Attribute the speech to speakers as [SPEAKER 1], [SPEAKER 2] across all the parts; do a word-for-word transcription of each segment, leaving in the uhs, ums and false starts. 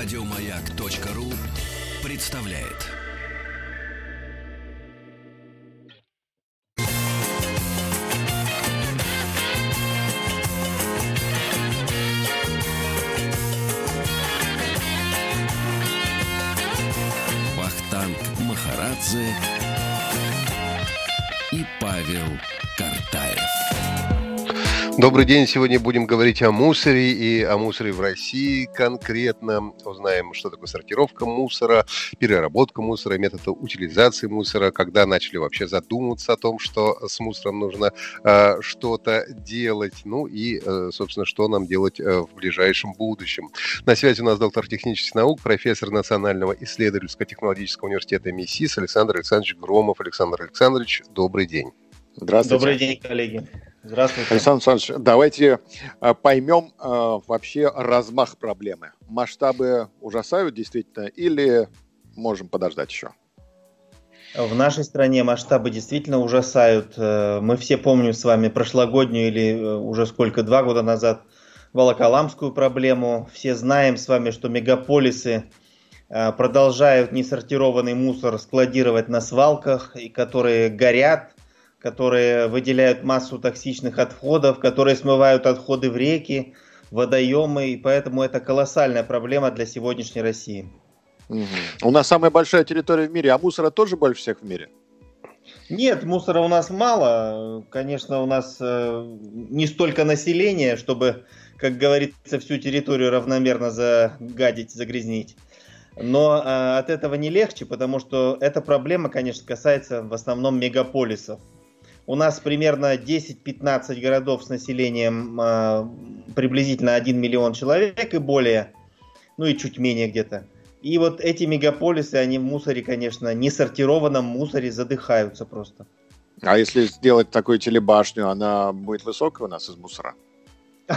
[SPEAKER 1] Радиомаяк.ру представляет. Вахтанг Махарадзе и Павел Картаев.
[SPEAKER 2] Добрый день. Сегодня будем говорить о мусоре и о мусоре в России конкретно. Узнаем, что такое сортировка мусора, переработка мусора, методы утилизации мусора, когда начали вообще задумываться о том, что с мусором нужно э, что-то делать, ну и, э, собственно, что нам делать э, в ближайшем будущем. На связи у нас доктор технических наук, профессор Национального исследовательско-технологического университета МИСИС Александр Александрович Громов. Александр Александрович, добрый день.
[SPEAKER 3] Здравствуйте.
[SPEAKER 4] Добрый день, коллеги. Здравствуйте.
[SPEAKER 3] Александр Александрович, давайте э, поймем э, вообще размах проблемы. Масштабы ужасают действительно или можем подождать еще?
[SPEAKER 4] В нашей стране масштабы действительно ужасают. Мы все помним с вами прошлогоднюю или уже сколько, два года назад волоколамскую проблему. Все знаем с вами, что мегаполисы продолжают несортированный мусор складировать на свалках, и которые горят, которые выделяют массу токсичных отходов, которые смывают отходы в реки, водоемы, и поэтому это колоссальная проблема для сегодняшней России.
[SPEAKER 3] Угу. У нас самая большая территория в мире, а мусора тоже больше всех в мире?
[SPEAKER 4] Нет, мусора у нас мало. Конечно, у нас э, не столько населения, чтобы, как говорится, всю территорию равномерно загадить, загрязнить. Но э, от этого не легче, потому что эта проблема, конечно, касается в основном мегаполисов. У нас примерно десять-пятнадцать городов с населением э, приблизительно один миллион человек и более, ну и чуть менее где-то. И вот эти мегаполисы, они в мусоре, конечно, несортированном мусоре задыхаются просто.
[SPEAKER 3] А если сделать такую телебашню, она будет высокая у нас из мусора?
[SPEAKER 4] Вы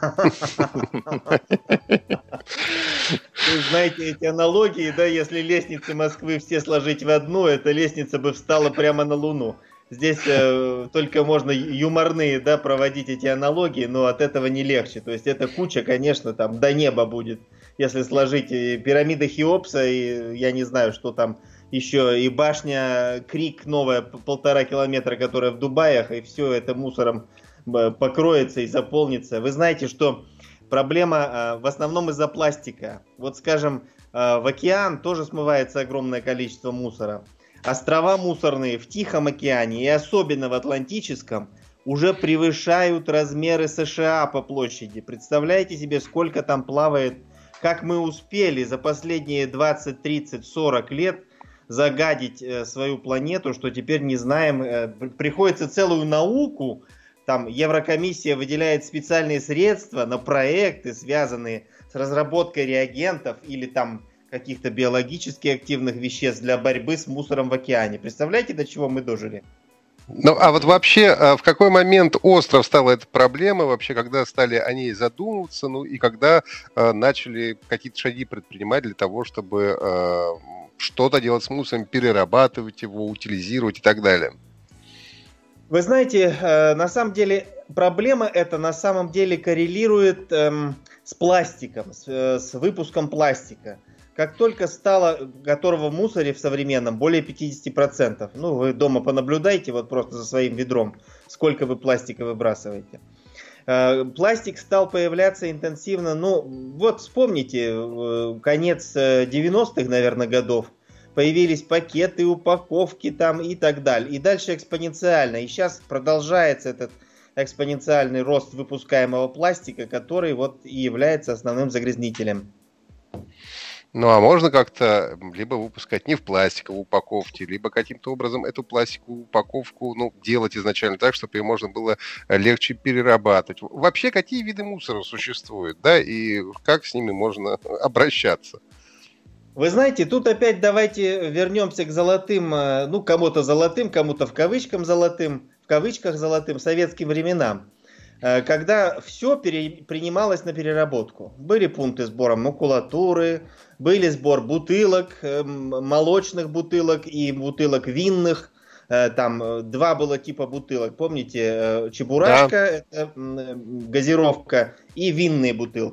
[SPEAKER 4] знаете эти аналогии, да, если лестницы Москвы все сложить в одну, эта лестница бы встала прямо на Луну. Здесь э, только можно юморные, да, проводить эти аналогии, но от этого не легче. То есть эта куча, конечно, там до неба будет, если сложить и пирамида Хеопса, и я не знаю, что там еще, и башня Крик новая, полтора километра, которая в Дубаях, и все это мусором покроется и заполнится. Вы знаете, что проблема э, в основном из-за пластика. Вот, скажем, э, в океан тоже смывается огромное количество мусора. Острова мусорные в Тихом океане и особенно в Атлантическом уже превышают размеры США по площади. Представляете себе, сколько там плавает, как мы успели за последние двадцать, тридцать, сорок лет загадить э, свою планету, что теперь не знаем, э, приходится целую науку, там Еврокомиссия выделяет специальные средства на проекты, связанные с разработкой реагентов или там каких-то биологически активных веществ для борьбы с мусором в океане. Представляете, до чего мы дожили?
[SPEAKER 2] Ну, а вот вообще, в какой момент остро стала эта проблема, вообще, когда стали о ней задумываться, ну, и когда э, начали какие-то шаги предпринимать для того, чтобы э, что-то делать с мусором, перерабатывать его, утилизировать и так далее?
[SPEAKER 4] Вы знаете, э, на самом деле, проблема эта на самом деле коррелирует э, с пластиком, с, э, с выпуском пластика. Как только стало готового в мусоре в современном более пятьдесят процентов, ну вы дома понаблюдайте вот просто за своим ведром, сколько вы пластика выбрасываете. Пластик стал появляться интенсивно, ну вот вспомните, конец девяностых, наверное, годов, появились пакеты, упаковки там и так далее. И дальше экспоненциально. И сейчас продолжается этот экспоненциальный рост выпускаемого пластика, который вот и является основным загрязнителем.
[SPEAKER 2] Ну, а можно как-то либо выпускать не в пластиковой упаковке, либо каким-то образом эту пластиковую упаковку, ну, делать изначально так, чтобы ее можно было легче перерабатывать. Вообще, какие виды мусора существуют, да, и как с ними можно обращаться?
[SPEAKER 4] Вы знаете, тут опять давайте вернемся к золотым, ну, кому-то золотым, кому-то в кавычках золотым, в кавычках золотым советским временам, когда все пере, принималось на переработку. Были пункты сбора макулатуры, были сбор бутылок, молочных бутылок и бутылок винных. Там два было типа бутылок, помните, чебурашка, да. Это газировка, и винные бутылки.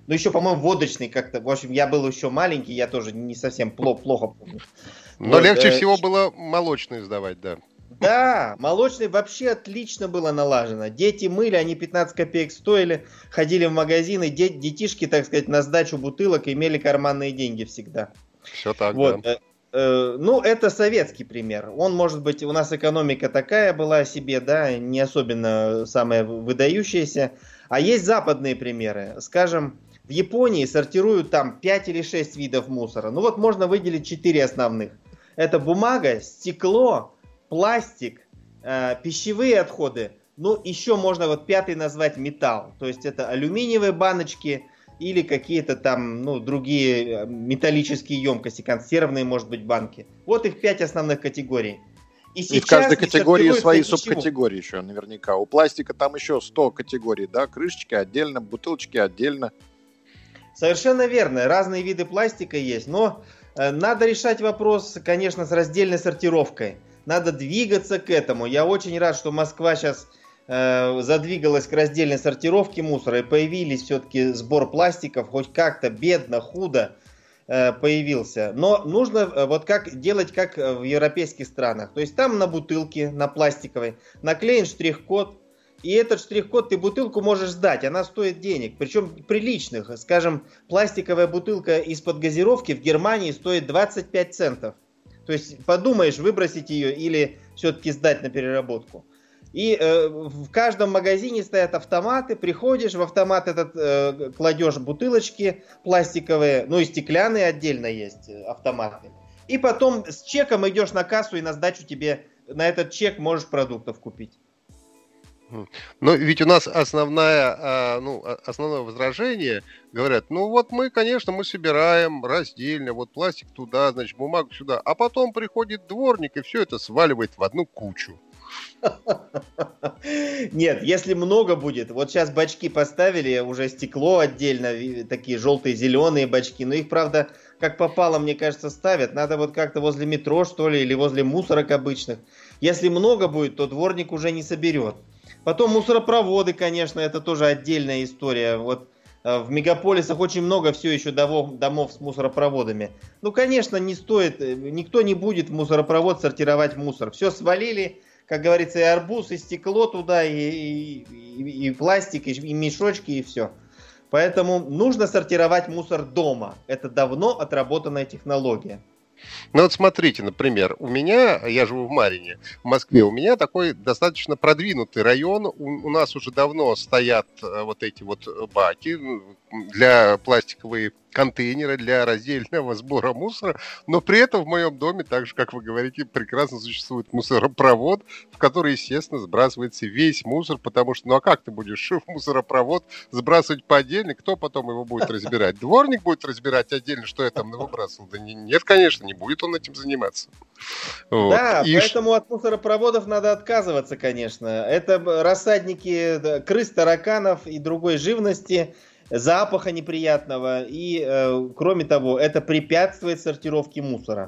[SPEAKER 4] Ну, еще, по-моему, водочный как-то. В общем, я был еще маленький, я тоже не совсем плохо, плохо помню.
[SPEAKER 2] Но
[SPEAKER 4] вот,
[SPEAKER 2] легче
[SPEAKER 4] э,
[SPEAKER 2] всего было молочный сдавать, да.
[SPEAKER 4] Да, молочный вообще отлично было налажено. Дети мыли, они пятнадцать копеек стоили, ходили в магазины, де- детишки, так сказать, на сдачу бутылок имели карманные деньги всегда.
[SPEAKER 2] Все так,
[SPEAKER 4] Вот.
[SPEAKER 2] да.
[SPEAKER 4] э, э, Ну, это советский пример. Он, может быть, у нас экономика такая была себе, да, не особенно самая выдающаяся. А есть западные примеры. Скажем, в Японии сортируют там пять или шесть видов мусора. Ну вот можно выделить четыре основных. Это бумага, стекло, пластик, э, пищевые отходы. Ну, еще можно вот пятый назвать металл. То есть это алюминиевые баночки или какие-то там, ну, другие металлические емкости, консервные, может быть, банки. Вот их пять основных категорий.
[SPEAKER 3] И, и в каждой категории свои
[SPEAKER 4] ничего.
[SPEAKER 3] субкатегории еще наверняка. У пластика там еще сто категорий, да? Крышечки отдельно, бутылочки отдельно.
[SPEAKER 4] Совершенно верно. Разные виды пластика есть, но э, надо решать вопрос, конечно, с раздельной сортировкой. Надо двигаться к этому. Я очень рад, что Москва сейчас э, задвигалась к раздельной сортировке мусора, и появились все-таки сбор пластиков, хоть как-то бедно, худо э, появился. Но нужно э, вот как делать, как в европейских странах. То есть там на бутылке, на пластиковой, наклеен штрих-код, и этот штрих-код ты бутылку можешь сдать, она стоит денег, причем приличных. Скажем, пластиковая бутылка из-под газировки в Германии стоит двадцать пять центов. То есть подумаешь, выбросить ее или все-таки сдать на переработку. И э, в каждом магазине стоят автоматы, приходишь, в автомат этот э, кладешь бутылочки пластиковые, ну и стеклянные отдельно есть автоматы. И потом с чеком идешь на кассу, и на сдачу тебе на этот чек можешь продуктов купить.
[SPEAKER 2] Но ведь у нас основная, ну, основное возражение, говорят, ну вот мы, конечно, мы собираем раздельно, вот пластик туда, значит, бумагу сюда, а потом приходит дворник и все это сваливает в одну кучу.
[SPEAKER 4] Нет, если много будет, вот сейчас бачки поставили, уже стекло отдельно, такие желтые, зеленые бачки, но их, правда, как попало, мне кажется, ставят. Надо вот как-то возле метро, что ли, или возле мусорок обычных. Если много будет, то дворник уже не соберет. Потом мусоропроводы, конечно, это тоже отдельная история. Вот э, в мегаполисах очень много все еще домов, домов с мусоропроводами. Ну, конечно, не стоит, никто не будет в мусоропровод сортировать мусор. Все свалили, как говорится, и арбуз, и стекло туда, и, и, и, и пластик, и, и мешочки, и все. Поэтому нужно сортировать мусор дома. Это давно отработанная технология.
[SPEAKER 2] Ну вот смотрите, например, у меня, я живу в Марине, в Москве, у меня такой достаточно продвинутый район, у, у нас уже давно стоят вот эти вот баки для пластиковые контейнеры для раздельного сбора мусора, но при этом в моем доме, так же, как вы говорите, прекрасно существует мусоропровод, в который, естественно, сбрасывается весь мусор, потому что, ну а как ты будешь в мусоропровод сбрасывать по отдельно, кто потом его будет разбирать? Дворник будет разбирать отдельно, что я там выбрасывал? Да нет, конечно, не будет он этим заниматься. Вот.
[SPEAKER 4] Да,
[SPEAKER 2] И
[SPEAKER 4] поэтому ш... от мусоропроводов надо отказываться, конечно. Это рассадники крыс, тараканов и другой живности, запаха неприятного, и, э, кроме того, это препятствует сортировке мусора.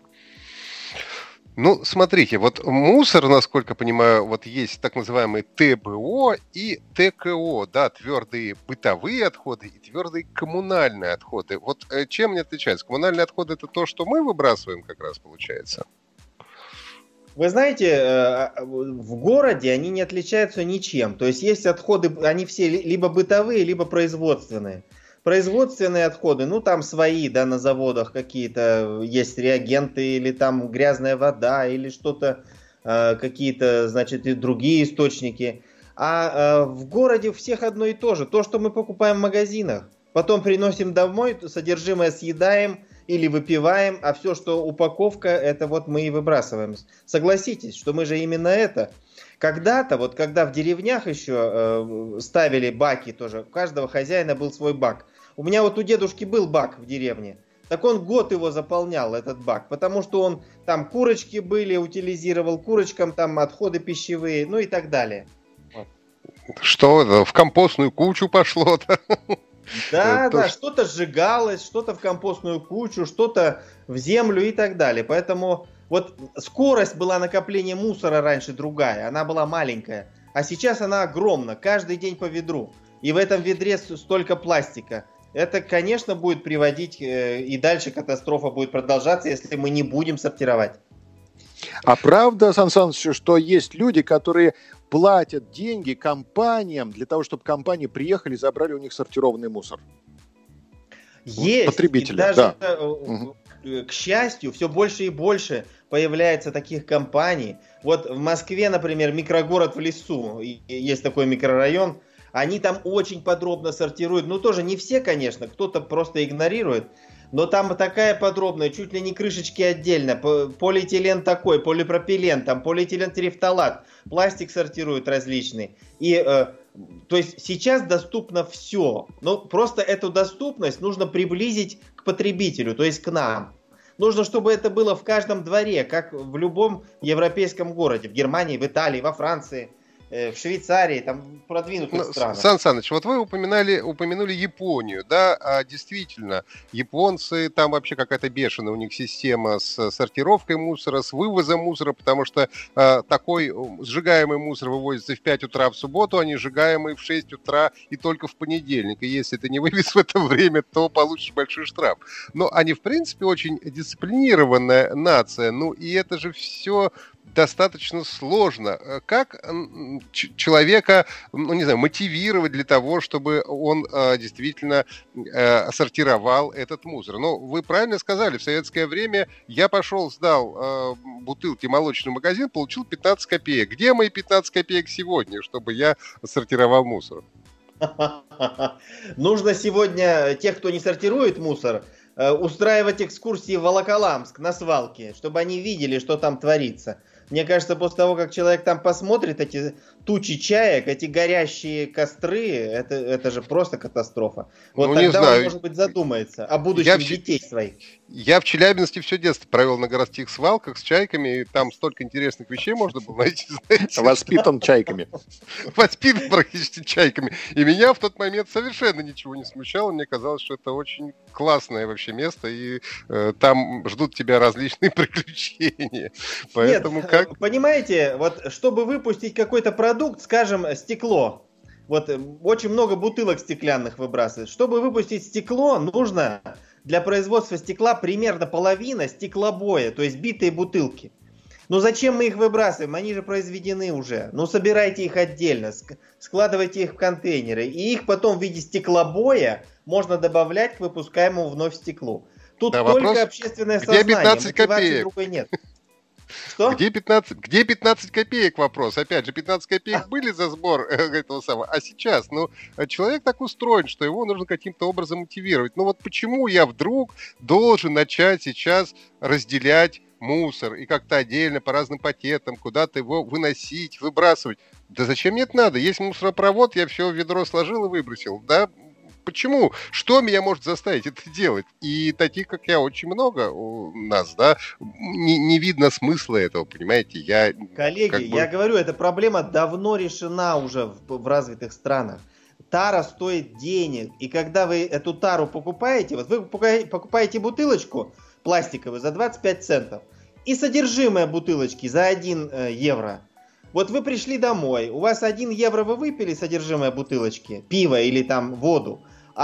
[SPEAKER 2] Ну, смотрите, вот мусор, насколько понимаю, вот есть так называемые тэ бэ о и тэ ка о, да, твердые бытовые отходы и твердые коммунальные отходы. Вот э, чем они отличаются? Коммунальные отходы — это то, что мы выбрасываем, как раз получается?
[SPEAKER 4] Вы знаете, в городе они не отличаются ничем. То есть есть отходы, они все либо бытовые, либо производственные. Производственные отходы, ну там свои, да, на заводах какие-то есть реагенты, или там грязная вода, или что-то, какие-то, значит, и другие источники. А в городе у всех одно и то же. То, что мы покупаем в магазинах, потом приносим домой, содержимое съедаем или выпиваем, а все, что упаковка, это вот мы и выбрасываем. Согласитесь, что мы же именно это. Когда-то, вот когда в деревнях еще э, ставили баки тоже, у каждого хозяина был свой бак. У меня вот у дедушки был бак в деревне. Так он год его заполнял, этот бак, потому что он там курочки были, утилизировал курочкам, там отходы пищевые, ну и так далее.
[SPEAKER 2] Что, в компостную кучу пошло, да?
[SPEAKER 4] Да,
[SPEAKER 2] То,
[SPEAKER 4] да,
[SPEAKER 2] что...
[SPEAKER 4] что-то сжигалось, что-то в компостную кучу, что-то в землю и так далее. Поэтому вот скорость была накопления мусора раньше другая, она была маленькая. А сейчас она огромна, каждый день по ведру. И в этом ведре столько пластика. это, конечно, будет приводить, э, и дальше катастрофа будет продолжаться, если мы не будем сортировать.
[SPEAKER 3] А правда, Сан Саныч, что есть люди, которые платят деньги компаниям для того, чтобы компании приехали и забрали у них сортированный мусор?
[SPEAKER 4] Есть.
[SPEAKER 3] Потребители,
[SPEAKER 4] и даже,
[SPEAKER 3] да.
[SPEAKER 4] К счастью, все больше и больше появляется таких компаний. Вот в Москве, например, микрогород в лесу, есть такой микрорайон, они там очень подробно сортируют. Ну, тоже не все, конечно, кто-то просто игнорирует. Но там такая подробная, чуть ли не крышечки отдельно. Полиэтилен такой, полипропилен, там полиэтилен терефталат, пластик сортируют различный. И, э, то есть сейчас доступно все. Но просто эту доступность нужно приблизить к потребителю, то есть к нам. Нужно, чтобы это было в каждом дворе, как в любом европейском городе. В Германии, в Италии, во Франции, в Швейцарии, там в продвинутых
[SPEAKER 2] ну,
[SPEAKER 4] странах.
[SPEAKER 2] Сан Саныч, вот вы упоминали, упомянули Японию, да, а действительно, японцы, там вообще какая-то бешеная у них система с сортировкой мусора, с вывозом мусора, потому что а, такой сжигаемый мусор вывозится в пять утра в субботу, а не сжигаемый в шесть утра и только в понедельник. И если ты не вывез в это время, то получишь большой штраф. Но они, в принципе, очень дисциплинированная нация, ну и это же все достаточно сложно. Как человека, ну, не знаю, мотивировать для того, чтобы он э, действительно э, сортировал этот мусор? Ну, вы правильно сказали, в советское время я пошел, сдал э, бутылки в молочный магазин, получил пятнадцать копеек. Где мои пятнадцать копеек сегодня, чтобы я сортировал мусор?
[SPEAKER 4] Нужно сегодня тех, кто не сортирует мусор, устраивать экскурсии в Волоколамск на свалке, чтобы они видели, что там творится. Мне кажется, после того, как человек там посмотрит эти тучи чаек, эти горящие костры, это, это же просто катастрофа. Вот ну, тогда он, может быть, задумается о будущем я детей в... своих.
[SPEAKER 2] Я в Челябинске все детство провел на городских свалках с чайками, и там столько интересных вещей можно было найти. Знаете.
[SPEAKER 3] Воспитан чайками.
[SPEAKER 2] Воспитан практически чайками. И меня в тот момент совершенно ничего не смущало. Мне казалось, что это очень классное вообще место, и э, там ждут тебя различные приключения. Поэтому
[SPEAKER 4] Нет,
[SPEAKER 2] как...
[SPEAKER 4] понимаете, вот чтобы выпустить какой-то продукт, скажем, стекло, вот очень много бутылок стеклянных выбрасывают. Чтобы выпустить стекло, нужно для производства стекла примерно половина стеклобоя, то есть битые бутылки. Ну зачем мы их выбрасываем? Они же произведены уже. Ну собирайте их отдельно, складывайте их в контейнеры, и их потом в виде стеклобоя можно добавлять к выпускаемому вновь стеклу. Тут да, только вопрос, общественное сознание,
[SPEAKER 2] где пятнадцать копеек?
[SPEAKER 4] Другой нет. Что?
[SPEAKER 2] Где пятнадцать, где пятнадцать копеек вопрос? Опять же, пятнадцать копеек были за сбор этого самого, а сейчас, ну, человек так устроен, что его нужно каким-то образом мотивировать. Ну вот почему я вдруг должен начать сейчас разделять мусор и как-то отдельно по разным пакетам куда-то его выносить, выбрасывать? Да зачем мне это надо? Есть мусоропровод, я все в ведро сложил и выбросил, да? Почему? Что меня может заставить это делать? И таких, как я, очень много у нас, да, не, не видно смысла этого, понимаете? Я,
[SPEAKER 4] Коллеги, как бы... я говорю, эта проблема давно решена уже в, в развитых странах. Тара стоит денег, и когда вы эту тару покупаете, вот вы покупаете бутылочку пластиковую за двадцать пять центов, и содержимое бутылочки за один евро. Вот вы пришли домой, у вас один евро вы выпили содержимое бутылочки, пиво или там воду,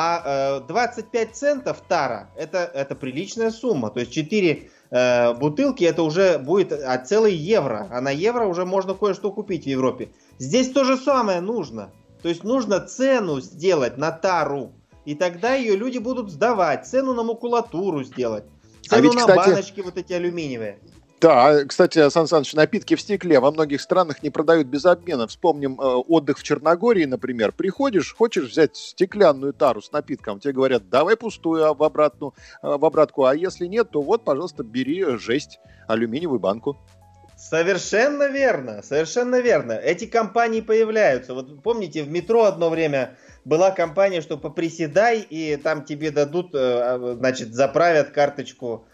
[SPEAKER 4] а э, двадцать пять центов тара, это, это приличная сумма. То есть четыре э, бутылки это уже будет а, целый евро, а на евро уже можно кое-что купить в Европе. Здесь то же самое нужно. То есть нужно цену сделать на тару, и тогда ее люди будут сдавать, цену на макулатуру сделать, цену а ведь, на кстати... баночки вот эти алюминиевые.
[SPEAKER 3] Да, кстати, Сан Саныч, напитки в стекле во многих странах не продают без обмена. Вспомним э, отдых в Черногории, например. Приходишь, хочешь взять стеклянную тару с напитком, тебе говорят, давай пустую в, обратную, э, в обратку, а если нет, то вот, пожалуйста, бери жесть, алюминиевую банку.
[SPEAKER 4] Совершенно верно, совершенно верно. Эти компании появляются. Вот помните, в метро одно время была компания, что поприседай, и там тебе дадут, э, значит, заправят карточку,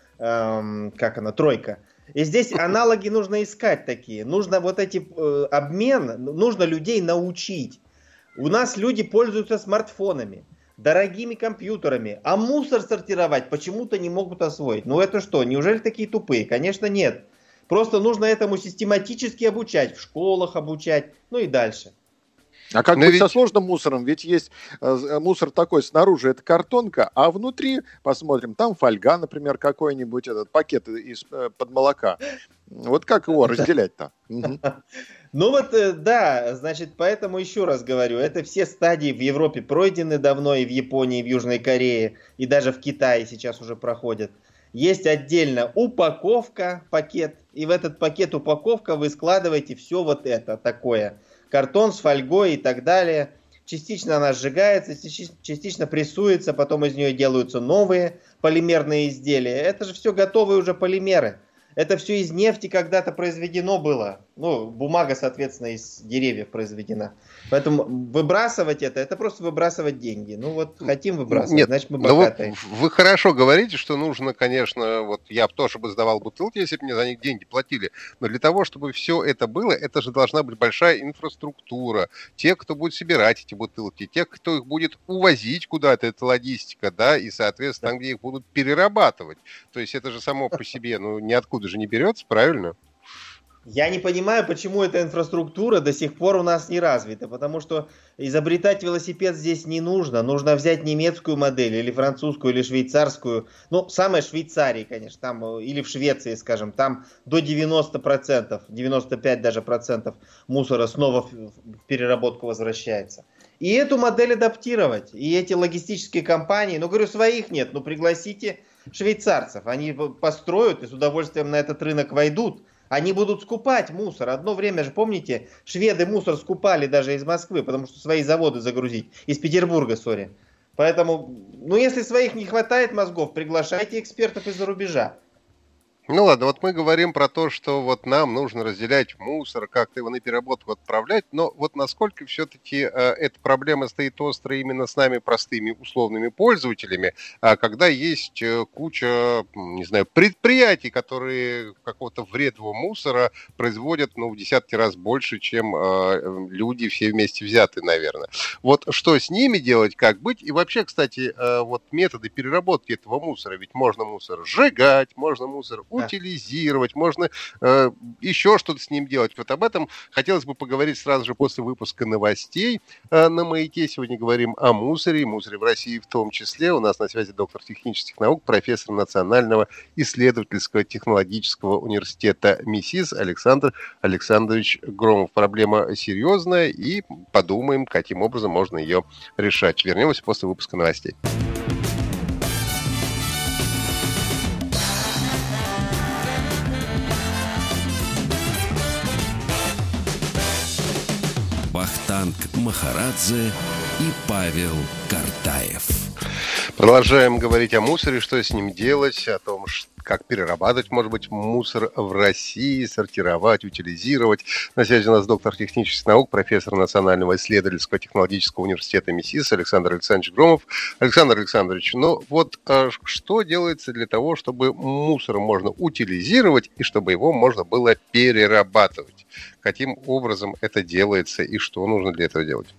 [SPEAKER 4] э, как она, тройка. И здесь аналоги нужно искать такие. Нужно вот эти э, обмен, нужно людей научить. У нас люди пользуются смартфонами, дорогими компьютерами, а мусор сортировать почему-то не могут освоить. Ну это что, неужели такие тупые? Конечно нет. Просто нужно этому систематически обучать, в школах обучать, ну и дальше.
[SPEAKER 3] А как
[SPEAKER 2] Но
[SPEAKER 3] быть
[SPEAKER 2] ведь-
[SPEAKER 3] со сложным мусором? Ведь есть э, мусор такой, снаружи это картонка, а внутри, посмотрим, там фольга, например, какой-нибудь, этот пакет из-под молока. Вот как его разделять-то? Мгм.
[SPEAKER 4] Ну вот, э, да, значит, поэтому еще раз говорю, это все стадии в Европе пройдены давно, и в Японии, и в Южной Корее, и даже в Китае сейчас уже проходят. Есть отдельно упаковка, пакет, и в этот пакет упаковка вы складываете все вот это такое. Картон с фольгой и так далее. Частично она сжигается, части- частично прессуется, потом из нее делаются новые полимерные изделия. Это же все готовые уже полимеры. Это все из нефти когда-то произведено было. Ну, бумага, соответственно, из деревьев произведена. Поэтому выбрасывать это, это просто выбрасывать деньги. Ну вот, хотим выбрасывать,
[SPEAKER 2] Нет,
[SPEAKER 4] значит мы
[SPEAKER 2] ну вы,
[SPEAKER 4] богатые.
[SPEAKER 2] вы хорошо говорите, что нужно, конечно, вот я б тоже бы сдавал бутылки, если бы мне за них деньги платили, но для того, чтобы все это было, это же должна быть большая инфраструктура. Те, кто будет собирать эти бутылки, те, кто их будет увозить куда-то, это логистика, да, и, соответственно, там, где их будут перерабатывать. То есть это же само по себе, ну, ниоткуда же не берется, правильно?
[SPEAKER 4] Я не понимаю, почему эта инфраструктура до сих пор у нас не развита, потому что изобретать велосипед здесь не нужно. Нужно взять немецкую модель, или французскую, или швейцарскую. Ну, самое Швейцарии, конечно, там, э, или в Швеции, скажем, там до девяноста процентов, девяносто пять даже процентов мусора снова в в переработку возвращается. И эту модель адаптировать, и эти логистические компании, ну, говорю, своих нет, ну, пригласите швейцарцев, они п- построят и с удовольствием на этот рынок войдут. Они будут скупать мусор. Одно время же, помните, шведы мусор скупали даже из Москвы, потому что свои заводы загрузить. Из Петербурга, сори. Поэтому, ну если своих не хватает мозгов, приглашайте экспертов из-за рубежа.
[SPEAKER 2] Ну ладно, вот мы говорим про то, что вот нам нужно разделять мусор, как-то его на переработку отправлять, но вот насколько все-таки э, эта проблема стоит остро именно с нами, простыми условными пользователями, а когда есть э, куча, м, не знаю, предприятий, которые какого-то вредного мусора производят, ну, в десятки раз больше, чем э, люди все вместе взятые, наверное. Вот что с ними делать, как быть? И вообще, кстати, э, вот методы переработки этого мусора, ведь можно мусор сжигать, можно мусор утилизировать, можно э, еще что-то с ним делать. Вот об этом хотелось бы поговорить сразу же после выпуска новостей э, на «Маяке». Сегодня говорим о мусоре, и мусоре в России в том числе. У нас на связи доктор технических наук, профессор Национального исследовательского технологического университета МИСИС Александр Александрович Громов. Проблема серьезная, и подумаем, каким образом можно ее решать. Вернемся после выпуска новостей.
[SPEAKER 1] Вахтанг Махарадзе и Павел Картаев.
[SPEAKER 2] Продолжаем говорить о мусоре, что с ним делать, о том, как перерабатывать, может быть, мусор в России, сортировать, утилизировать. На связи у нас доктор технических наук, профессор Национального исследовательского технологического университета МИСИС Александр Александрович Громов. Александр Александрович, ну вот а что делается для того, чтобы мусор можно утилизировать и чтобы его можно было перерабатывать? Каким образом это делается и что нужно для этого делать?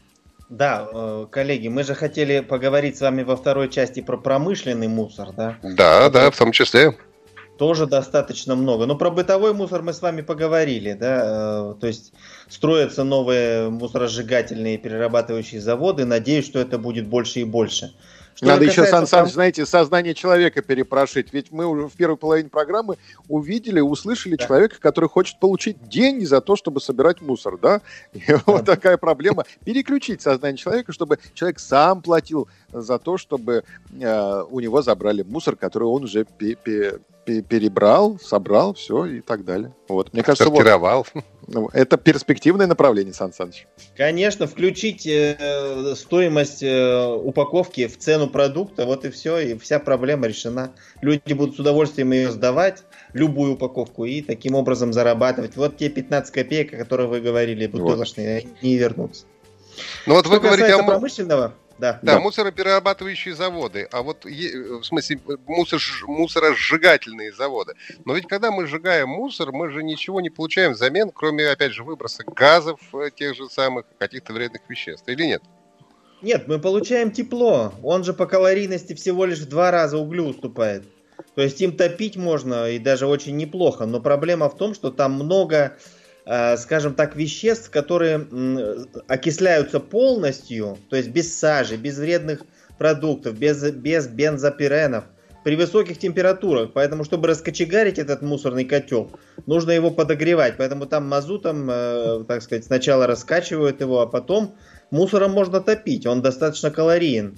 [SPEAKER 4] Да, коллеги, мы же хотели поговорить с вами во второй части про промышленный мусор, да?
[SPEAKER 2] Да, да, в том числе.
[SPEAKER 4] Тоже достаточно много. Но про бытовой мусор мы с вами поговорили, да? То есть строятся новые мусоросжигательные перерабатывающие заводы. Надеюсь, что это будет больше и больше. Что
[SPEAKER 3] Надо еще,
[SPEAKER 4] касается
[SPEAKER 3] Сан Саныч,
[SPEAKER 4] пром-
[SPEAKER 3] знаете, сознание человека перепрошить. Ведь мы уже в первой половине программы увидели, услышали
[SPEAKER 4] Да.
[SPEAKER 3] человека, который хочет получить деньги за то, чтобы собирать мусор, да? И вот такая проблема. Переключить сознание человека, чтобы человек сам платил за то, чтобы э, у него забрали мусор, который он уже пе- пе- пе- перебрал, собрал, все и так далее. Вот. Мне кажется, вот,
[SPEAKER 2] Сортировал.
[SPEAKER 3] ну, это перспективное направление, Сан Саныч.
[SPEAKER 4] Конечно, включить э, стоимость э, упаковки в цену продукта, вот и все, и вся проблема решена. Люди будут с удовольствием ее сдавать, любую упаковку, и таким образом зарабатывать. Вот те пятнадцать копеек, о которых вы говорили, бутылочные, вот. Не вернутся.
[SPEAKER 2] Ну вот
[SPEAKER 4] Что
[SPEAKER 2] вы говорите о му-
[SPEAKER 4] промышленного, да.
[SPEAKER 2] Да,
[SPEAKER 3] Да.
[SPEAKER 2] мусороперерабатывающие заводы, а вот е- в смысле мусор, мусоросжигательные заводы. Но ведь когда мы сжигаем мусор, мы же ничего не получаем взамен, кроме, опять же, выброса газов э, тех же самых, каких-то вредных веществ, или нет?
[SPEAKER 4] Нет, мы получаем тепло. Он же по калорийности всего лишь в два раза углю уступает. То есть им топить можно и даже очень неплохо. Но проблема в том, что там много скажем так, веществ, которые окисляются полностью, то есть без сажи, без вредных продуктов, без, без бензопиренов, при высоких температурах. Поэтому, чтобы раскочегарить этот мусорный котел, нужно его подогревать. Поэтому там мазутом, э, так сказать, сначала раскачивают его, а потом мусором можно топить. Он достаточно калориен.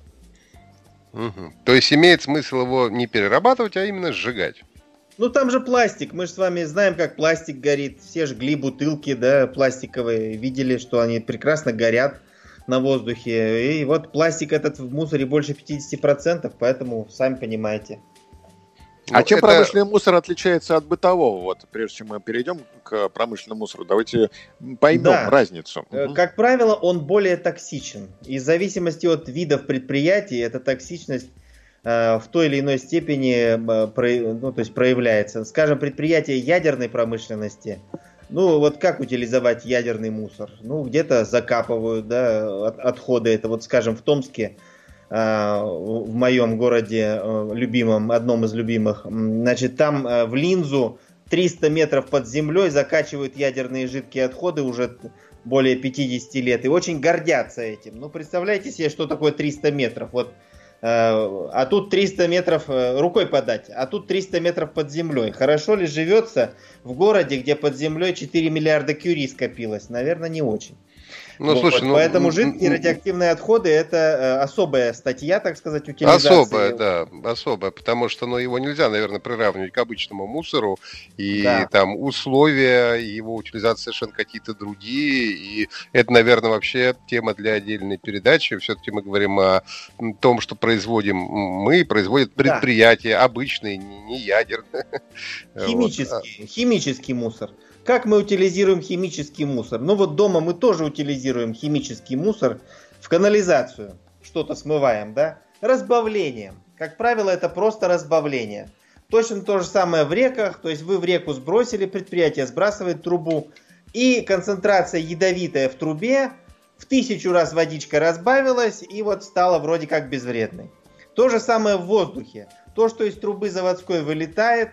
[SPEAKER 2] Угу. То есть имеет смысл его не перерабатывать, а именно сжигать.
[SPEAKER 4] Ну там же пластик. Мы же с вами знаем, как пластик горит. Все жгли бутылки, да, пластиковые. Видели, что они прекрасно горят на воздухе. И вот пластик этот в мусоре больше пятьдесят процентов, поэтому сами понимаете.
[SPEAKER 3] А
[SPEAKER 2] Ну,
[SPEAKER 3] чем
[SPEAKER 2] это...
[SPEAKER 3] промышленный мусор отличается от бытового? Вот, прежде чем мы перейдем к промышленному мусору, давайте поймем
[SPEAKER 4] да.
[SPEAKER 3] разницу.
[SPEAKER 4] Как правило, он более токсичен. И в зависимости от видов предприятий, эта токсичность э, в той или иной степени э, про, ну, то есть проявляется. Скажем, предприятия ядерной промышленности. Ну, вот как утилизовать ядерный мусор? Ну, где-то закапывают, да, от, отходы. Это вот, скажем, в Томске, э, в моем городе, э, любимом, одном из любимых, значит, там э, в Линзу триста метров под землей закачивают ядерные жидкие отходы уже более пятьдесят лет. И очень гордятся этим. Ну, представляете себе, что такое триста метров? Вот. А тут триста метров рукой подать, а тут триста метров под землей. Хорошо ли живется в городе, где под землей четыре миллиарда кюри скопилось? Наверное, не очень.
[SPEAKER 2] Ну,
[SPEAKER 4] вот.
[SPEAKER 2] слушай, ну,
[SPEAKER 4] Поэтому жидкие радиоактивные отходы — это особая статья, так сказать, утилизации.
[SPEAKER 2] Особая, да, особая, потому что ну, его нельзя, наверное, приравнивать к обычному мусору, и да. там условия его утилизации совершенно какие-то другие, и это, наверное, вообще тема для отдельной передачи. Все-таки мы говорим о том, что производим мы, производят предприятия да. обычные, не, не ядерные.
[SPEAKER 4] Химический, вот. химический мусор. Как мы утилизируем химический мусор? Ну вот дома мы тоже утилизируем химический мусор в канализацию. Что-то смываем, да? Разбавлением. Как правило, это просто разбавление. Точно то же самое в реках. То есть вы в реку сбросили, предприятие сбрасывает трубу. И концентрация ядовитая в трубе в тысячу раз водичка разбавилась и вот стала вроде как безвредной. То же самое в воздухе. То, что из трубы заводской вылетает,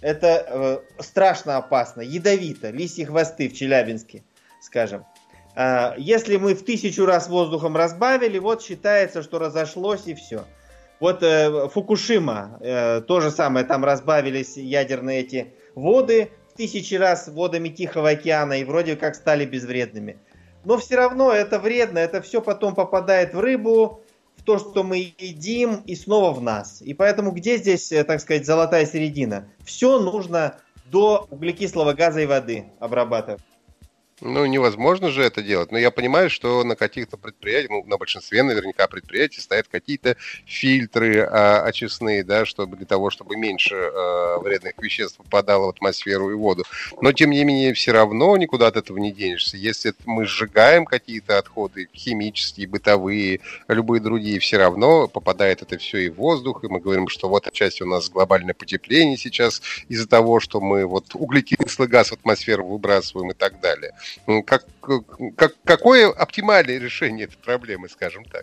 [SPEAKER 4] это э, страшно опасно, ядовито, лисьи хвосты в Челябинске, скажем. Э, если мы в тысячу раз воздухом разбавили, вот считается, что разошлось и все. Вот э, Фукушима, э, то же самое, там разбавились ядерные эти воды в тысячи раз водами Тихого океана и вроде как стали безвредными. Но все равно это вредно, это все потом попадает в рыбу, в то, что мы едим, и снова в нас. И поэтому где здесь, так сказать, золотая середина? Все нужно до углекислого газа и воды обрабатывать.
[SPEAKER 2] Ну, невозможно же это делать. Но я понимаю, что на каких-то предприятиях, ну, на большинстве наверняка предприятий стоят какие-то фильтры а, очистные, да, чтобы для того, чтобы меньше а, вредных веществ попадало в атмосферу и воду. Но, тем не менее, все равно никуда от этого не денешься. Если мы сжигаем какие-то отходы, химические, бытовые, любые другие, все равно попадает это все и в воздух, и мы говорим, что вот отчасти у нас глобальное потепление сейчас из-за того, что мы вот углекислый газ в атмосферу выбрасываем и так далее. Как, как, какое оптимальное решение этой проблемы, скажем так?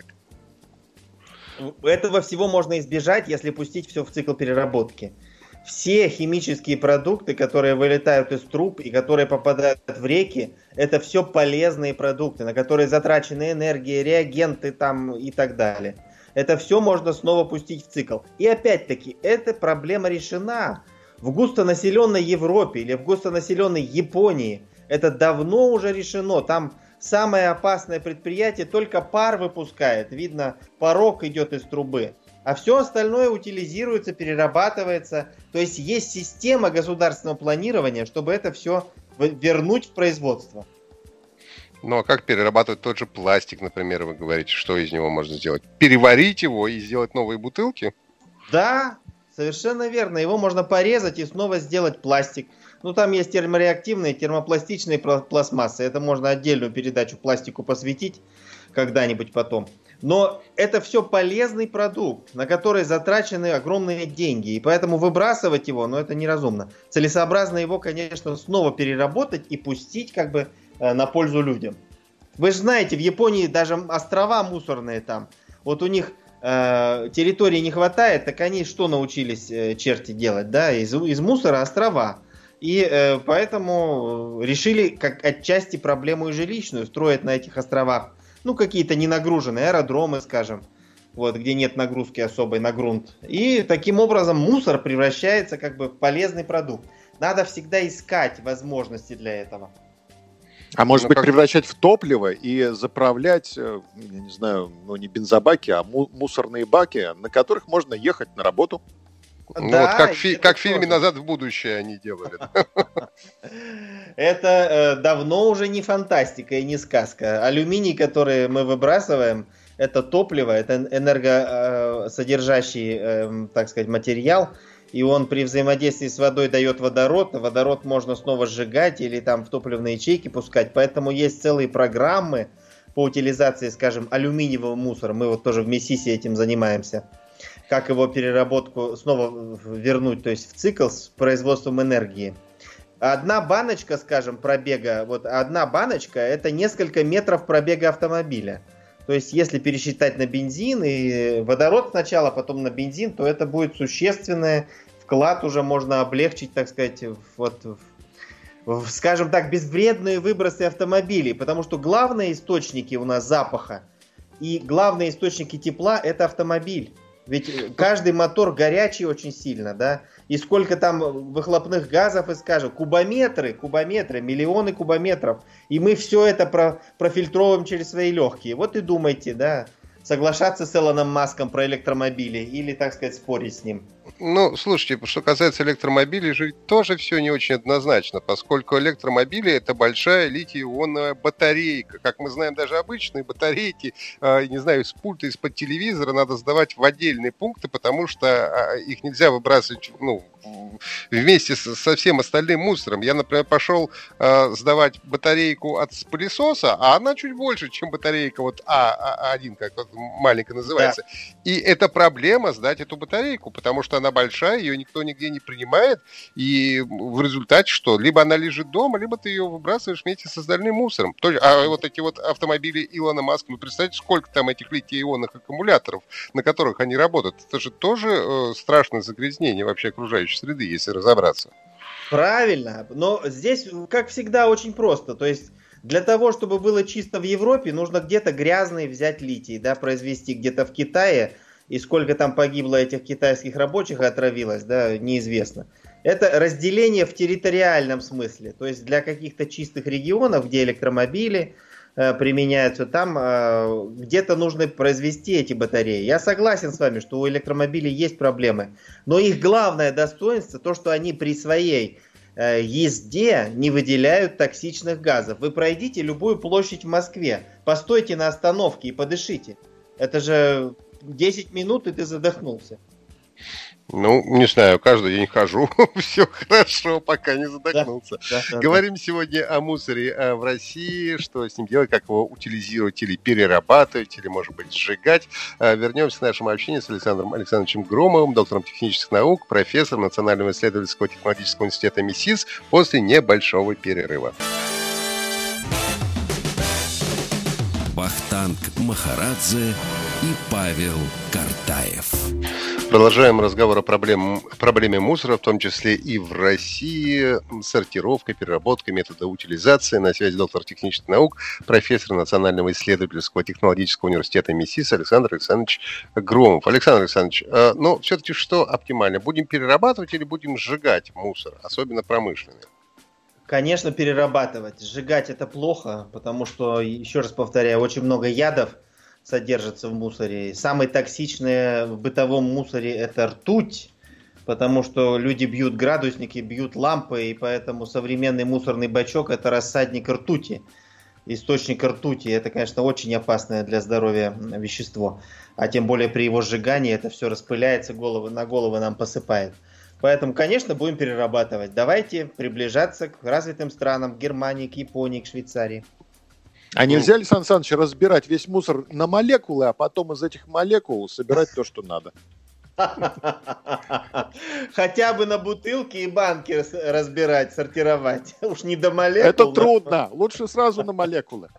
[SPEAKER 4] Этого всего можно избежать, если пустить все в цикл переработки. Все химические продукты, которые вылетают из труб и которые попадают в реки, это все полезные продукты, на которые затрачены энергия, реагенты там и так далее. Это все можно снова пустить в цикл. И опять-таки, эта проблема решена. В густонаселенной Европе или в густонаселенной Японии это давно уже решено. Там самое опасное предприятие только пар выпускает. Видно, порог идет из трубы. А все остальное утилизируется, перерабатывается. То есть есть система государственного планирования, чтобы это все вернуть в производство.
[SPEAKER 2] Ну а как перерабатывать тот же пластик, например, вы говорите, что из него можно сделать? Переварить его и сделать новые бутылки?
[SPEAKER 4] Да, совершенно верно. Его можно порезать и снова сделать пластик. Ну, там есть термореактивные, термопластичные пластмассы. Это можно отдельную передачу пластику посвятить когда-нибудь потом. Но это все полезный продукт, на который затрачены огромные деньги. И поэтому выбрасывать его, ну, это неразумно. Целесообразно его, конечно, снова переработать и пустить как бы на пользу людям. Вы же знаете, в Японии даже острова мусорные там. Вот у них э, территории не хватает, так они что научились э, черти делать? Да? Из, из мусора острова. И э, поэтому решили как отчасти проблему и жилищную строить на этих островах. Ну, какие-то ненагруженные аэродромы, скажем, вот, где нет нагрузки особой на грунт. И таким образом мусор превращается как бы в полезный продукт. Надо всегда искать возможности для этого.
[SPEAKER 3] А может
[SPEAKER 2] Ну,
[SPEAKER 3] быть,
[SPEAKER 2] как-
[SPEAKER 3] превращать в топливо и заправлять, э, я не знаю, ну не бензобаки, а му- мусорные баки, на которых можно ехать на работу.
[SPEAKER 2] Ну
[SPEAKER 4] Да,
[SPEAKER 2] вот как, в фи-
[SPEAKER 4] это
[SPEAKER 2] как в фильме
[SPEAKER 4] тоже.
[SPEAKER 2] «Назад в будущее» они делали.
[SPEAKER 4] Это э, давно уже не фантастика и не сказка. Алюминий, который мы выбрасываем, это топливо, это энергосодержащий, э, так сказать, материал. И он при взаимодействии с водой дает водород. Водород можно снова сжигать или там в топливные ячейки пускать. Поэтому есть целые программы по утилизации, скажем, алюминиевого мусора. Мы вот тоже в Миссиси этим занимаемся. Как его переработку снова вернуть, то есть в цикл с производством энергии. Одна баночка, скажем, пробега, вот одна баночка, это несколько метров пробега автомобиля. То есть если пересчитать на бензин и водород сначала, потом на бензин, то это будет существенный вклад, уже можно облегчить, так сказать, вот, в, в, скажем так, безвредные выбросы автомобилей. Потому что главные источники у нас запаха и главные источники тепла это автомобиль. Ведь каждый мотор горячий очень сильно, да, и сколько там выхлопных газов, и скажем, кубометры, кубометры, миллионы кубометров, и мы все это про, профильтровываем через свои легкие. Вот и думайте, да, соглашаться с Илоном Маском про электромобили или, так сказать, спорить с ним.
[SPEAKER 2] Ну, слушайте, что касается электромобилей, же тоже все не очень однозначно, поскольку электромобили — это большая литий-ионная батарейка. Как мы знаем, даже обычные батарейки, э, не знаю, с пульта, из-под телевизора надо сдавать в отдельные пункты, потому что э, их нельзя выбрасывать, ну, вместе со, со всем остальным мусором. Я, например, пошел э, сдавать батарейку от пылесоса, а она чуть больше, чем батарейка вот А один, как вот маленькая называется. Да. И это проблема сдать эту батарейку, потому что она большая, ее никто нигде не принимает, и в результате что? Либо она лежит дома, либо ты ее выбрасываешь вместе с остальным мусором. А вот эти вот автомобили Илона Маска, вы представляете, сколько там этих литий-ионных аккумуляторов, на которых они работают? Это же тоже э, страшное загрязнение вообще окружающей среды, если разобраться.
[SPEAKER 4] Правильно, но здесь, как всегда, очень просто. То есть для того, чтобы было чисто в Европе, нужно где-то грязный взять литий, да, произвести где-то в Китае. И сколько там погибло этих китайских рабочих и отравилось, да, неизвестно. Это разделение в территориальном смысле. То есть для каких-то чистых регионов, где электромобили э, применяются, там э, где-то нужно произвести эти батареи. Я согласен с вами, что у электромобилей есть проблемы. Но их главное достоинство, то, что они при своей э, езде не выделяют токсичных газов. Вы пройдите любую площадь в Москве, постойте на остановке и подышите. Это же... десять минут, и ты задохнулся.
[SPEAKER 2] Ну, не знаю, каждый день хожу, все хорошо, пока не задохнулся. Да, да, Говорим да. сегодня о мусоре в России, что с ним делать, как его утилизировать или перерабатывать, или, может быть, сжигать. Вернемся к нашему общению с Александром Александровичем Громовым, доктором технических наук, профессором Национального исследовательского технологического университета МИСИС после небольшого перерыва.
[SPEAKER 1] Вахтанг Махарадзе и Павел Картаев.
[SPEAKER 2] Продолжаем разговор о проблем, проблеме мусора, в том числе и в России. Сортировка, переработка, методы утилизации. На связи доктор технических наук, профессор Национального исследовательского технологического университета МИСИС Александр Александрович Громов. Александр Александрович, ну все-таки что оптимально? Будем перерабатывать или будем сжигать мусор, особенно промышленный?
[SPEAKER 4] Конечно, перерабатывать. Сжигать это плохо, потому что, еще раз повторяю, очень много ядов содержится в мусоре. Самые токсичные в бытовом мусоре это ртуть, потому что люди бьют градусники, бьют лампы, и поэтому современный мусорный бачок это рассадник ртути, источник ртути. Это, конечно, очень опасное для здоровья вещество. А тем более при его сжигании это все распыляется, головы, на головы нам посыпает. Поэтому, конечно, будем перерабатывать. Давайте приближаться к развитым странам, к Германии, к Японии, к Швейцарии.
[SPEAKER 3] А нельзя, Александр Александрович, разбирать весь мусор на молекулы, а потом из этих молекул собирать то, что надо?
[SPEAKER 4] Хотя бы на бутылки и банки разбирать, сортировать. Уж не до молекул.
[SPEAKER 3] Это трудно. Лучше сразу на молекулы.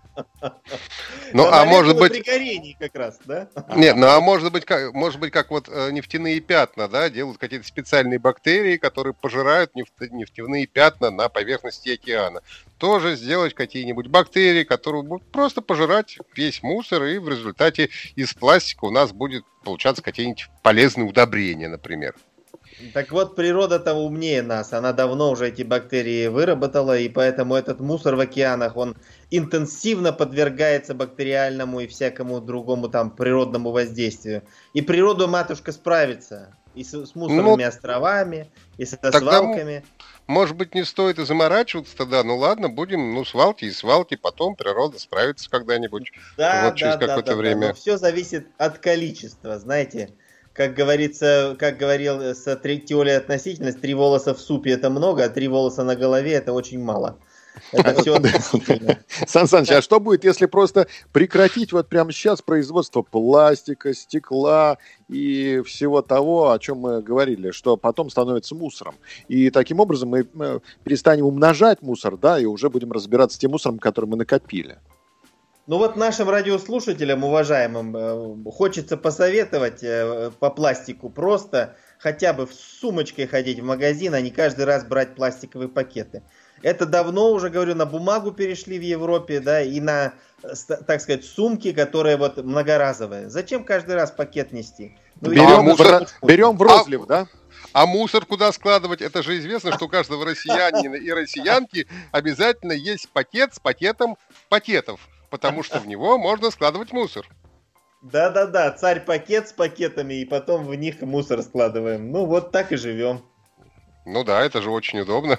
[SPEAKER 2] Ну, а может быть...
[SPEAKER 4] При горении как раз, да?
[SPEAKER 2] Нет, ну а может быть, как, может быть, как вот э, нефтяные пятна, да, делают какие-то специальные бактерии, которые пожирают нефть- нефтяные пятна на поверхности океана. Тоже сделать какие-нибудь бактерии, которые будут просто пожирать весь мусор, и в результате из пластика у нас будет получаться какие-нибудь полезные удобрения, например.
[SPEAKER 4] Так вот, природа-то умнее нас. Она давно уже эти бактерии выработала, и поэтому этот мусор в океанах, он интенсивно подвергается бактериальному и всякому другому там природному воздействию. И природа, матушка, справится. И с, с мусорными
[SPEAKER 2] Ну,
[SPEAKER 4] островами, и с
[SPEAKER 2] тогда,
[SPEAKER 4] свалками.
[SPEAKER 2] может быть, не стоит и заморачиваться тогда. Ну ладно, будем, ну, свалки и свалки, потом природа справится когда-нибудь,
[SPEAKER 4] Да,
[SPEAKER 2] вот через
[SPEAKER 4] да, да,
[SPEAKER 2] какое-то
[SPEAKER 4] да,
[SPEAKER 2] время.
[SPEAKER 4] да. Но все зависит от количества, знаете. Как говорится, как говорил с теорией относительности, три волоса в супе это много, а три волоса на голове это очень мало. Это все относительно.
[SPEAKER 3] Сан Саныч, а что будет, если просто прекратить вот прямо сейчас производство пластика, стекла и всего того, о чем мы говорили, что потом становится мусором? И таким образом мы перестанем умножать мусор, да, и уже будем разбираться с тем мусором, который мы накопили.
[SPEAKER 4] Ну вот нашим радиослушателям, уважаемым, хочется посоветовать по пластику просто хотя бы с сумочкой ходить в магазин, а не каждый раз брать пластиковые пакеты. Это давно уже, говорю, на бумагу перешли в Европе, да, и на, так сказать, сумки, которые вот многоразовые. Зачем каждый раз пакет нести? Ну,
[SPEAKER 3] берем,
[SPEAKER 2] а мусор...
[SPEAKER 3] в, берем в розлив, а... да?
[SPEAKER 2] А мусор куда складывать? Это же известно, что у каждого россиянина и россиянки обязательно есть пакет с пакетом пакетов, потому что в него можно складывать мусор.
[SPEAKER 4] Да-да-да, царь-пакет с пакетами, и потом в них мусор складываем. Ну, вот так и живем.
[SPEAKER 2] Ну да, это же очень удобно.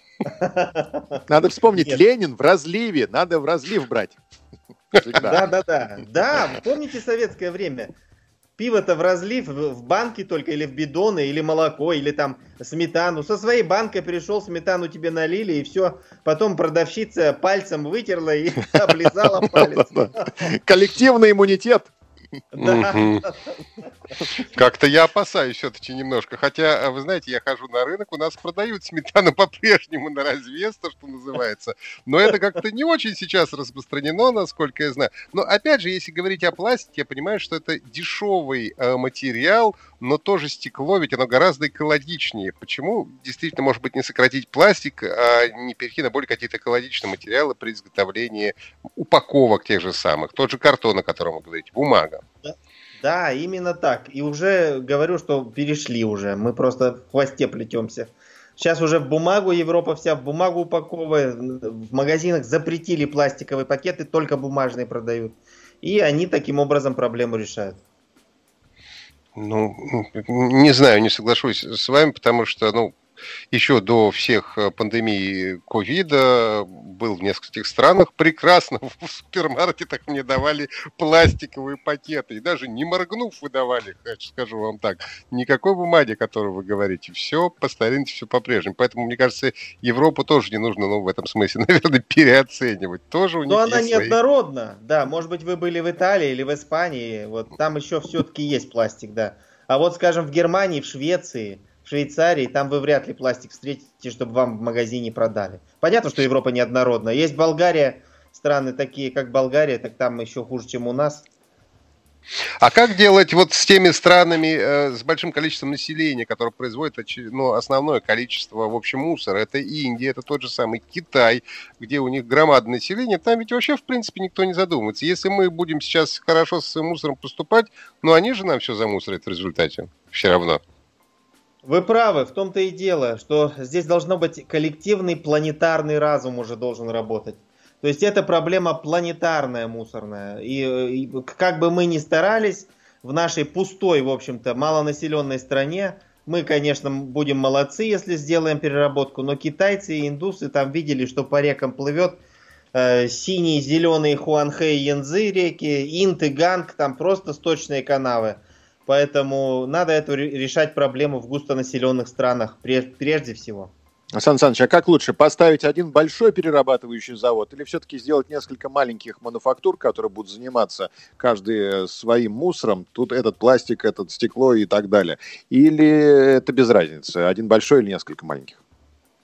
[SPEAKER 3] Надо вспомнить, Нет. Ленин в разливе, надо в разлив брать.
[SPEAKER 4] Да-да-да. Да, помните советское время? Пиво-то в разлив, в банке только, или в бидоны, или молоко, или там сметану. Со своей банкой пришел, сметану тебе налили, и все. Потом продавщица пальцем вытерла и облизала палец.
[SPEAKER 3] Коллективный иммунитет.
[SPEAKER 4] Да.
[SPEAKER 2] Как-то я опасаюсь все-таки немножко. Хотя, вы знаете, я хожу на рынок, у нас продают сметану по-прежнему на развес, то, что называется. Но это как-то не очень сейчас распространено, насколько я знаю. Но опять же, если говорить о пластике, я понимаю, что это дешевый э, материал, но тоже стекло, ведь оно гораздо экологичнее. Почему действительно, может быть, не сократить пластик, а не перейти на более какие-то экологичные материалы при изготовлении упаковок тех же самых? Тот же картон, о котором вы говорите, бумага.
[SPEAKER 4] Да, да, именно так. И уже говорю, что перешли уже. Мы просто в хвосте плетемся. Сейчас уже в бумагу, Европа вся в бумагу упаковывает. В магазинах запретили пластиковые пакеты, только бумажные продают. И они таким образом проблему решают.
[SPEAKER 2] Ну, не знаю, не соглашусь с вами, потому что, ну, еще до всех пандемий ковида был в нескольких странах. Прекрасно в супермаркетах мне давали пластиковые пакеты. И даже не моргнув выдавали, скажу вам так. Никакой бумаги, о которой вы говорите. Все по старинке, все по-прежнему. Поэтому, мне кажется, Европу тоже не нужно, ну, в этом смысле, наверное, переоценивать. Тоже у них
[SPEAKER 4] Но она
[SPEAKER 2] есть свои...
[SPEAKER 4] неоднородна. Да, может быть, вы были в Италии или в Испании. Вот там еще все-таки есть пластик, да. А вот, скажем, в Германии, в Швеции... В Швейцарии, там вы вряд ли пластик встретите, чтобы вам в магазине продали. Понятно, что Европа неоднородна. Есть Болгария, страны такие, как Болгария, так там еще хуже, чем у нас.
[SPEAKER 2] А как делать вот с теми странами э, с большим количеством населения, которые производят ну, основное количество, в общем, мусора? Это Индия, это тот же самый Китай, где у них громадное население. Там ведь вообще, в принципе, никто не задумывается. Если мы будем сейчас хорошо со своим мусором поступать, ну они же нам все замусорят в результате все равно.
[SPEAKER 4] Вы правы, в том-то и дело, что здесь должно быть коллективный планетарный разум уже должен работать. То есть это проблема планетарная, мусорная. И, и как бы мы ни старались в нашей пустой, в общем-то, малонаселенной стране, мы, конечно, будем молодцы, если сделаем переработку, но китайцы и индусы там видели, что по рекам плывет э, синие, зеленые Хуанхэ и Янцзы реки, Инд и Ганг, там просто сточные канавы. Поэтому надо эту решать проблему в густонаселенных странах прежде всего.
[SPEAKER 3] Сан Саныч, а как лучше, поставить один большой перерабатывающий завод или все-таки сделать несколько маленьких мануфактур, которые будут заниматься каждый своим мусором, тут этот пластик, этот стекло и так далее? Или это без разницы, один большой или несколько маленьких?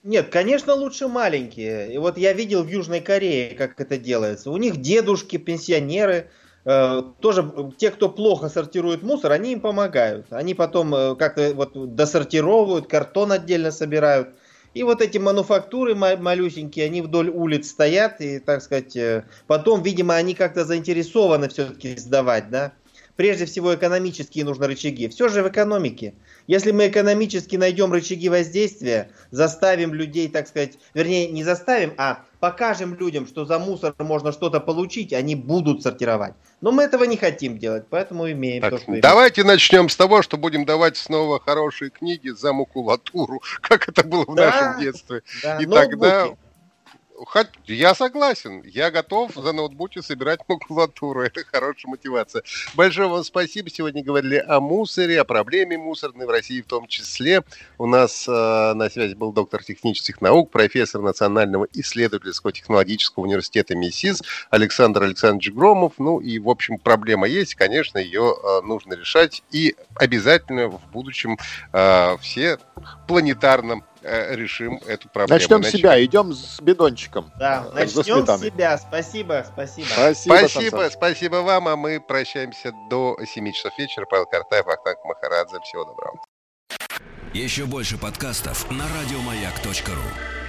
[SPEAKER 4] Нет, конечно, лучше маленькие. И вот я видел в Южной Корее, как это делается. У них дедушки, пенсионеры, э, тоже те, кто плохо сортирует мусор, они им помогают. Они потом э, как-то вот досортировывают, картон отдельно собирают. И вот эти мануфактуры малюсенькие, они вдоль улиц стоят, и, так сказать, э, потом, видимо, они как-то заинтересованы все-таки сдавать, да. Прежде всего, экономические нужны рычаги. Все же в экономике. Если мы экономически найдем рычаги воздействия, заставим людей, так сказать, вернее, не заставим, а покажем людям, что за мусор можно что-то получить, они будут сортировать. Но мы этого не хотим делать, поэтому имеем
[SPEAKER 2] так,
[SPEAKER 4] то, что
[SPEAKER 2] давайте имеем. Начнем с того, что будем давать снова хорошие книги за макулатуру, как это было в да, нашем детстве. Да, и ноутбуки. Тогда... Я согласен, я готов за ноутбуки собирать макулатуру, это хорошая мотивация. Большое вам спасибо, сегодня говорили о мусоре, о проблеме мусорной в России в том числе. У нас э, на связи был доктор технических наук, профессор Национального исследовательского технологического университета МИСИС Александр Александрович Громов. Ну и, в общем, проблема есть, конечно, ее э, нужно решать, и обязательно в будущем э, все планетарно решим эту проблему.
[SPEAKER 3] Начнем с себя, идем с бидончиком.
[SPEAKER 4] Да, начнем с себя. Спасибо, спасибо.
[SPEAKER 2] Спасибо, спасибо, спасибо вам, а мы прощаемся до семи часов вечера. Павел Картаев, Вахтанг Махарадзе. Всего доброго.
[SPEAKER 1] Еще больше подкастов на радиомаяк точка ру.